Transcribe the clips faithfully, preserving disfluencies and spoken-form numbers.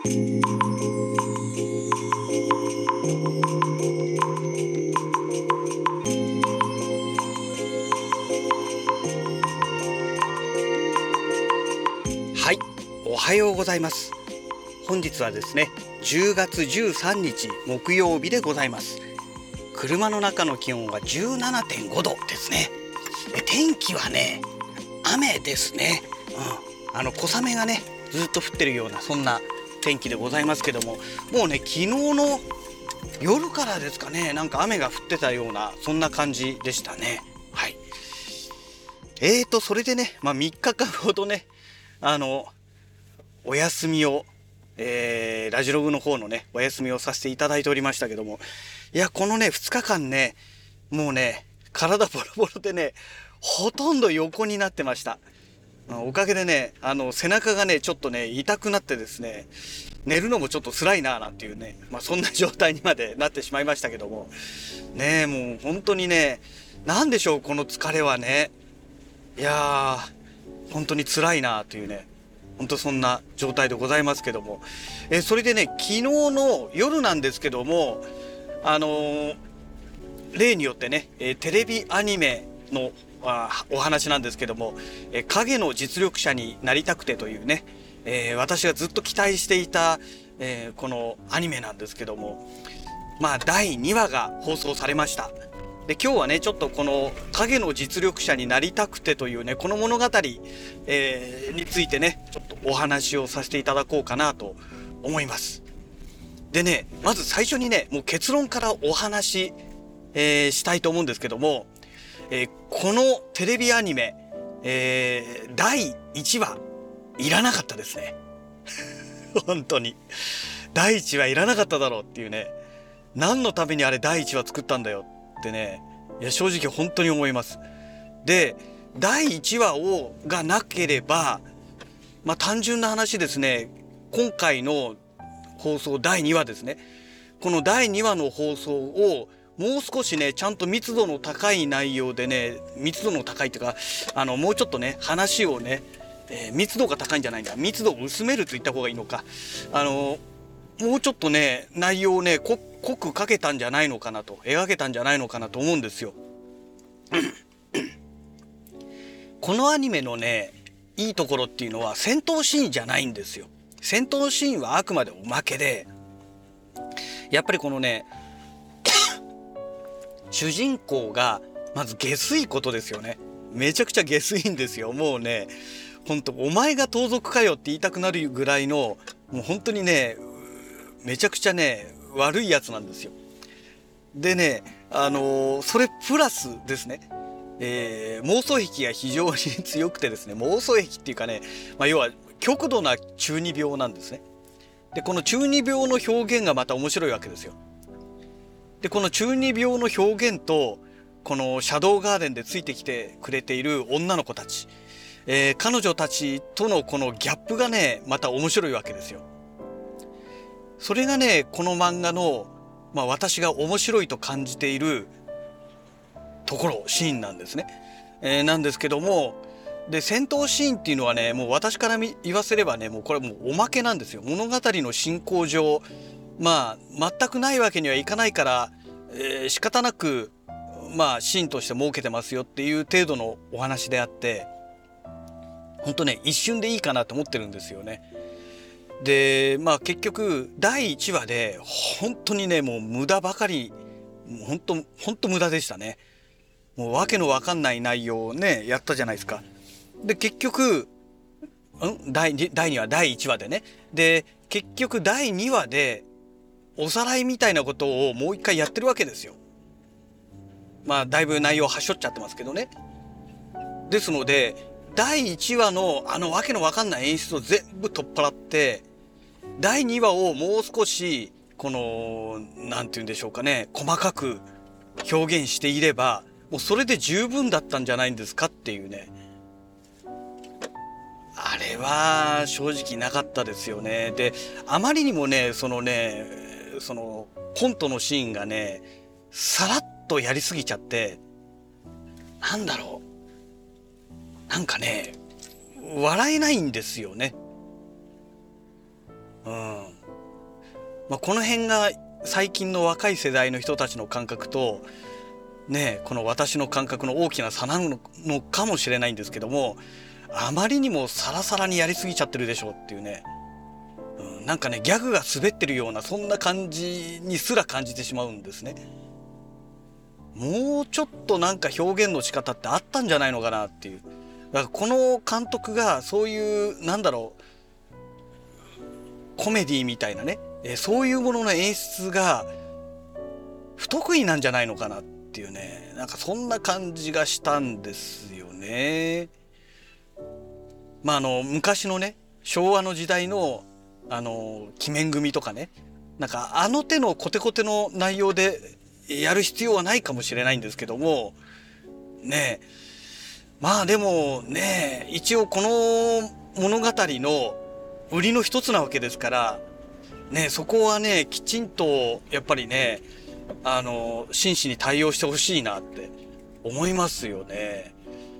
はい、おはようございます。本日はですね、じゅうがつじゅうさんにち木曜日でございます。車の中の気温は じゅうななてんごどですね。え天気はね、雨ですね。うん、あの小雨がね、ずっと降ってるようなそんな天気でございますけども、もうね、昨日の夜からですかね、なんか雨が降ってたようなそんな感じでしたね。はい。えーとそれでね、まあみっかかんほどね、あのお休みを、えー、ラジログの方のねお休みをさせていただいておりましたけども、いやこのねふつかかんね、もうね体ボロボロでね、ほとんど横になってました。おかげでね、あの背中がねちょっとね痛くなってですね、寝るのもちょっと辛いななんていうね、まあ、そんな状態にまでなってしまいましたけどもね、もう本当にね、なんでしょうこの疲れはね。いやー本当に辛いなというね、本当そんな状態でございますけども、えーそれでね、昨日の夜なんですけども、あのー例によってね、えーテレビアニメのあお話なんですけども、えー影の実力者になりたくてというね、えー私がずっと期待していた、えーこのアニメなんですけども、まあだいにわが放送されました。で今日はねちょっとこの影の実力者になりたくてというねこの物語、えーについてねちょっとお話をさせていただこうかなと思います。でね、まず最初にねもう結論からお話、えーしたいと思うんですけども、えーこのテレビアニメ、えーだいいちわいらなかったですね。本当にだいいちわいらなかっただろうっていうね、何のためにあれだいいちわ作ったんだよってね、いや正直本当に思います。でだいいちわをがなければ、まあ単純な話ですね、今回の放送だいにわですね、このだいにわの放送をもう少しねちゃんと密度の高い内容でね、密度の高いっていうか、あのもうちょっとね話をね、えー密度が高いんじゃないんだ、密度を薄めると言った方がいいのか、あのもうちょっとね内容をねこ濃くかけたんじゃないのかなと、描けたんじゃないのかなと思うんですよ。このアニメのねいいところっていうのは戦闘シーンじゃないんですよ。戦闘シーンはあくまでおまけで、やっぱりこのね主人公がまず下水ことですよね。めちゃくちゃ下水んですよ。もうねほんとお前が盗賊かよって言いたくなるぐらいの、もう本当にねめちゃくちゃね悪いやつなんですよ。でね、あのーそれプラスですね、えー妄想癖が非常に強くてですね、妄想癖っていうかね、まあ、要は極度な中二病なんですね。でこの中二病の表現がまた面白いわけですよ。でこの中二病の表現とこのシャドウガーデンでついてきてくれている女の子たち、えー彼女たちとのこのギャップがねまた面白いわけですよ。それがねこの漫画の、まあ、私が面白いと感じているところシーンなんですね。えーなんですけども、で戦闘シーンっていうのはねもう私から言わせればねもうこれもうおまけなんですよ。物語の進行上まあ全くないわけにはいかないから、えー仕方なくまあシーンとして設けてますよっていう程度のお話であって、ほんとね一瞬でいいかなと思ってるんですよね。でまあ結局だいいちわで本当にねもう無駄ばかり、もう本当本当無駄でしたね。もうわけのわかんない内容をねやったじゃないですか。で結局んだいにだいにわだいいちわでね、で結局だいにわでおさらいみたいなことをもう一回やってるわけですよ。まあだいぶ内容はしょっちゃってますけどね。ですのでだいいちわのあのわけのわかんない演出を全部取っ払ってだいにわをもう少しこのなんて言うんでしょうかね、細かく表現していればもうそれで十分だったんじゃないんですかっていうね、あれは正直なかったですよね。であまりにもねそのねそのコントのシーンがねさらっとやりすぎちゃって、なんだろう、なんかね笑えないんですよね。うんまあ、この辺が最近の若い世代の人たちの感覚とね、この私の感覚の大きな差なのかもしれないんですけども、あまりにもサラサラにやりすぎちゃってるでしょっていうね、うん、なんかねギャグが滑ってるようなそんな感じにすら感じてしまうんですね。もうちょっとなんか表現の仕方ってあったんじゃないのかなっていう。だからこの監督がそういうなんだろうコメディみたいなね、えそういうものの演出が不得意なんじゃないのかなっていうね、なんかそんな感じがしたんですよね。まああの昔のね昭和の時代のあの鬼面組とかね、なんかあの手のコテコテの内容でやる必要はないかもしれないんですけどもねえ、まあでもね一応この物語の売りの一つなわけですからね、そこはねきちんとやっぱりねあの真摯に対応してほしいなって思いますよね。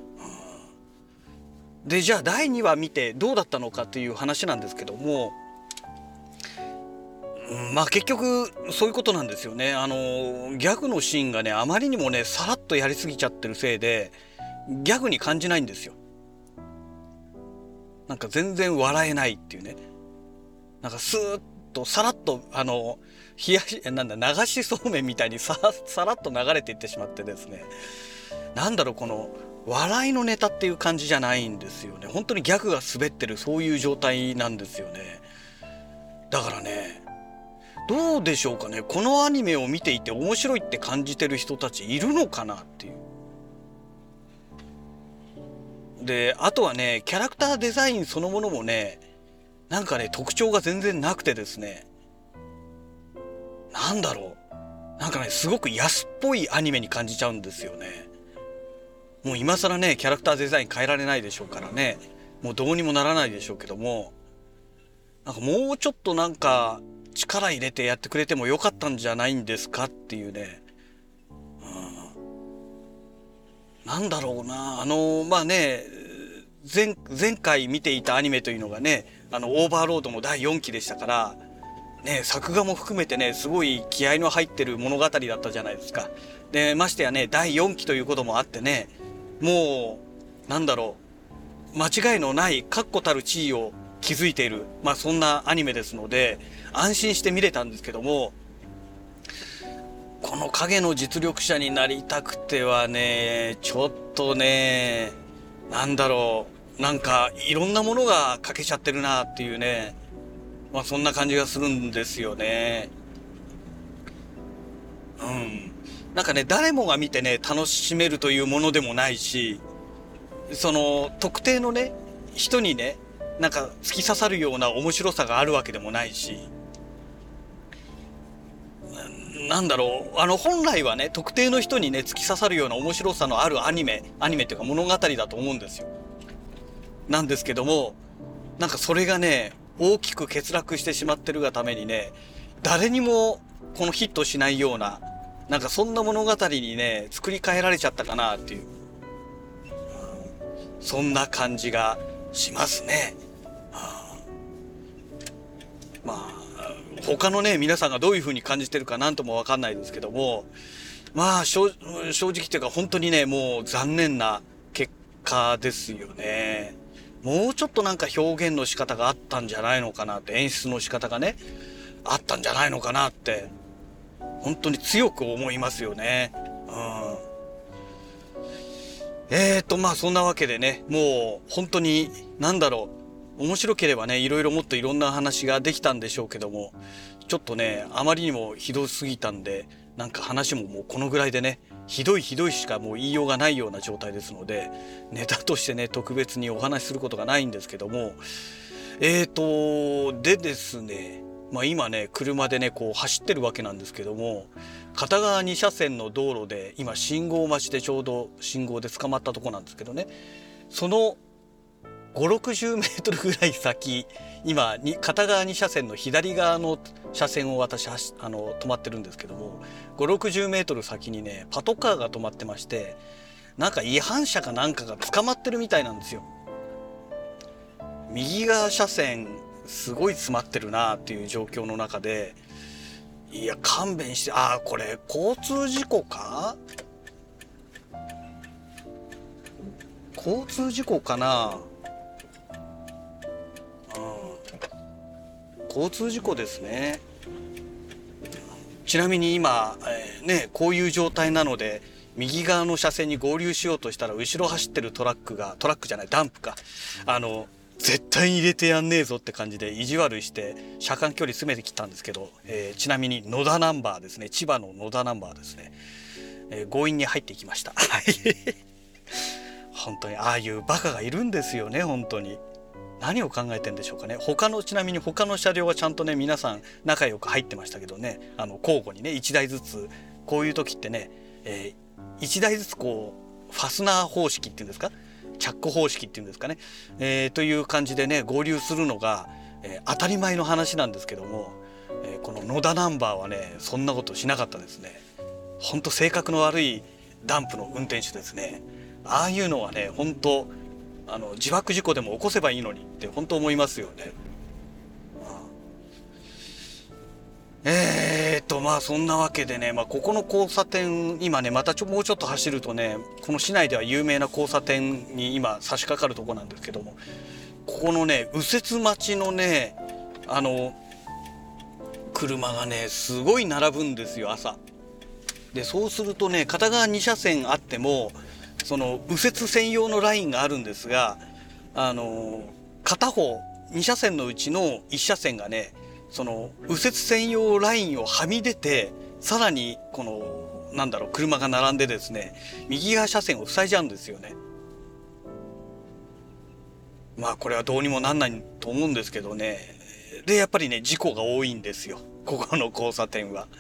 でじゃあだいにわ見てどうだったのかっていう話なんですけども、うん、まあ結局そういうことなんですよね。あのギャグのシーンがねあまりにもねさらっとやりすぎちゃってるせいでギャグに感じないんですよ。なんか全然笑えないっていうね、なんかスーッとさらっとあの冷やしなんだ流しそうめんみたいにささらっと流れていってしまってですね、なんだろうこの笑いのネタっていう感じじゃないんですよね。本当にギャグが滑ってるそういう状態なんですよね。だからねどうでしょうかね、このアニメを見ていて面白いって感じてる人たちいるのかなっていう。であとはねキャラクターデザインそのものもねなんかね特徴が全然なくてですね、なんだろうなんかねすごく安っぽいアニメに感じちゃうんですよね。もう今更ねキャラクターデザイン変えられないでしょうからね、もうどうにもならないでしょうけども、なんかもうちょっとなんか力入れてやってくれてもよかったんじゃないんですかっていうね、うん、なんだろうなあのまあね 前, 前回見ていたアニメというのがねあのオーバーロードのだいよんきでしたからね、作画も含めてねすごい気合の入ってる物語だったじゃないですか。でましてやねだいよんきということもあってね、もうなんだろう間違いのない確固たる地位を築いている、まあそんなアニメですので安心して見れたんですけども、この影の実力者になりたくてはねちょっとねなんだろうなんかいろんなものが欠けちゃってるなっていうね、まあそんな感じがするんですよね。うん。なんかね誰もが見てね楽しめるというものでもないし、その特定のね人にねなんか突き刺さるような面白さがあるわけでもないし、なんだろうあの本来はね特定の人にね突き刺さるような面白さのあるアニメアニメというか物語だと思うんですよ。なんですけどもなんかそれがね大きく欠落してしまってるがためにね誰にもこのヒットしないようななんかそんな物語にね作り変えられちゃったかなっていう、そんな感じがしますね。はあ、まあ他のね皆さんがどういう風に感じてるかなんとも分かんないですけども、まあ正直っていうか本当にねもう残念な結果ですよね。もうちょっとなんか表現の仕方があったんじゃないのかなって、演出の仕方がねあったんじゃないのかなって本当に強く思いますよね。うん、えーとまあそんなわけでねもう本当になんだろう面白ければねいろいろもっといろんな話ができたんでしょうけども、ちょっとねあまりにもひどすぎたんでなんか話ももうこのぐらいでねひどいひどいしかもう言いようがないような状態ですのでネタとしてね特別にお話しすることがないんですけども、えーとでですねまあ今ね車でねこう走ってるわけなんですけども、片側に車線の道路で今信号待ちでちょうど信号で捕まったとこなんですけどね、そのごじゅうろくじゅうメートルぐらい先今に片側に車線の左側の車線を私あの止まってるんですけども、ごじゅうろくじゅうメートル先にねパトカーが止まってまして、なんか違反者かなんかが捕まってるみたいなんですよ。右側車線すごい詰まってるなっていう状況の中でいや勘弁して。ああこれ交通事故か、交通事故かな。うん、交通事故ですね。ちなみに今、えー、ねこういう状態なので右側の車線に合流しようとしたら後ろ走ってるトラックが、トラックじゃないダンプか、あの絶対に入れてやんねえぞって感じで意地悪して車間距離詰めてきたんですけど、えー、ちなみに野田ナンバーですね、千葉の野田ナンバーですね、えー、強引に入っていきました。本当にああいうバカがいるんですよね。本当に何を考えてんでしょうかね。他のちなみに他の車両はちゃんとね皆さん仲良く入ってましたけどね、あの交互にねいちだいずつ、こういう時ってね、えー、いちだいずつこうファスナー方式っていうんですか、チャック方式っていうんですかね、えー、という感じでね合流するのが、えー、当たり前の話なんですけども、えー、この野田ナンバーはねそんなことしなかったですね。ほんと性格の悪いダンプの運転手ですね。ああいうのはね本当あの自爆事故でも起こせばいいのにって本当思いますよね。えーとまあそんなわけでね、まあ、ここの交差点今ねまたちょもうちょっと走るとねこの市内では有名な交差点に今差し掛かるとこなんですけども、ここのね右折待ちのねあの車がねすごい並ぶんですよ朝で。そうするとね片側に車線あってもその右折専用のラインがあるんですが、あの片方に車線のうちのいち車線がねその右折専用ラインをはみ出て、さらにこのなんだろう車が並んでですね右側車線を塞いじゃうんですよね。まあこれはどうにもなんないと思うんですけどね。でやっぱりね事故が多いんですよここの交差点は。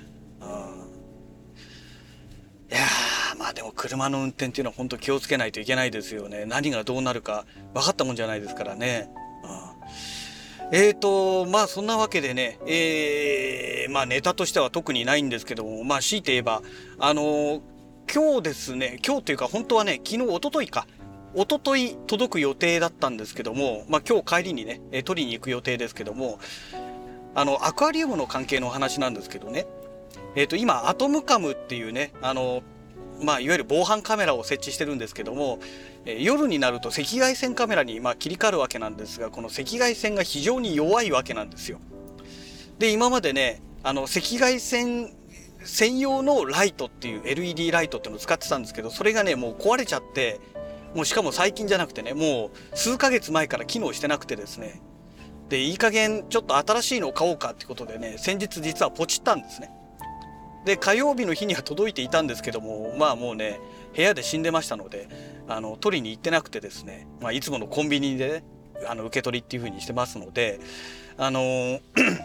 いやーまあでも車の運転っていうのは本当気をつけないといけないですよね。何がどうなるか分かったもんじゃないですからね。うん、えーとまあそんなわけでね、えー、まあネタとしては特にないんですけども、まあ強いて言えばあのー、今日ですね、今日というか本当はね昨日一昨日か一昨日届く予定だったんですけども、まあ今日帰りにね取りに行く予定ですけども、あのアクアリウムの関係のお話なんですけどね、えーと今アトムカムっていうねあのまあいわゆる防犯カメラを設置してるんですけども、えー、夜になると赤外線カメラにまあ切り替わるわけなんですが、この赤外線が非常に弱いわけなんですよ。で今までねあの赤外線専用のライトっていう エルイーディー ライトっていうのを使ってたんですけど、それがねもう壊れちゃって、もうしかも最近じゃなくてねもう数ヶ月前から機能してなくてですね、でいい加減ちょっと新しいのを買おうかってことでね先日実はポチったんですね。で火曜日の日には届いていたんですけども、まあもうね部屋で死んでましたのであの取りに行ってなくてですね、まあ、いつものコンビニでねあの受け取りっていう風にしてますので、あのー、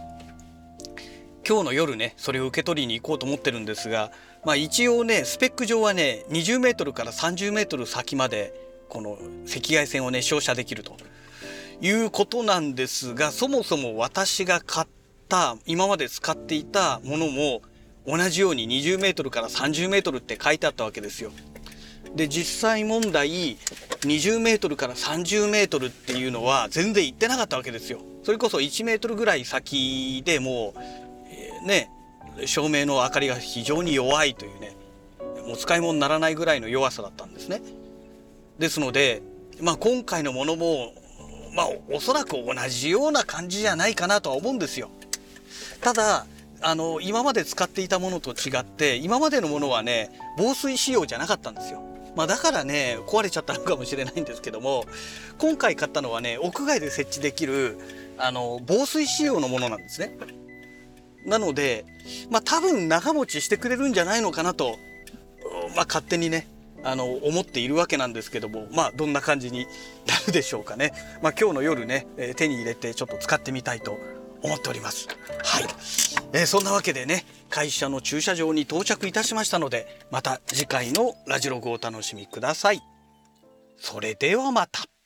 今日の夜ねそれを受け取りに行こうと思ってるんですが、まあ一応ねスペック上はねにじゅうメートルからさんじゅうメートル先までこの赤外線をね照射できるということなんですが、そもそも私が買った今まで使っていたものも同じようににじゅうメートルからさんじゅうメートルって書いてあったわけですよ。で実際問題にじゅうメートルからさんじゅうメートルっていうのは全然行ってなかったわけですよ。それこそいちメートルぐらい先でもう、えー、ね照明の明かりが非常に弱いというね、もう使い物にならないぐらいの弱さだったんですね。ですので、まあ、今回のものもまあおそらく同じような感じじゃないかなとは思うんですよ。ただあの今まで使っていたものと違って今までのものはね防水仕様じゃなかったんですよ。まあだからね壊れちゃったのかもしれないんですけども、今回買ったのはね屋外で設置できるあの防水仕様のものなんですね。なのでまあ多分長持ちしてくれるんじゃないのかなと、まあ勝手にねあの思っているわけなんですけども、まあどんな感じになるでしょうかね。まあ今日の夜ね手に入れてちょっと使ってみたいと思っております。はい、えー、そんなわけでね会社の駐車場に到着いたしましたので、また次回のラジログをお楽しみください。それではまた。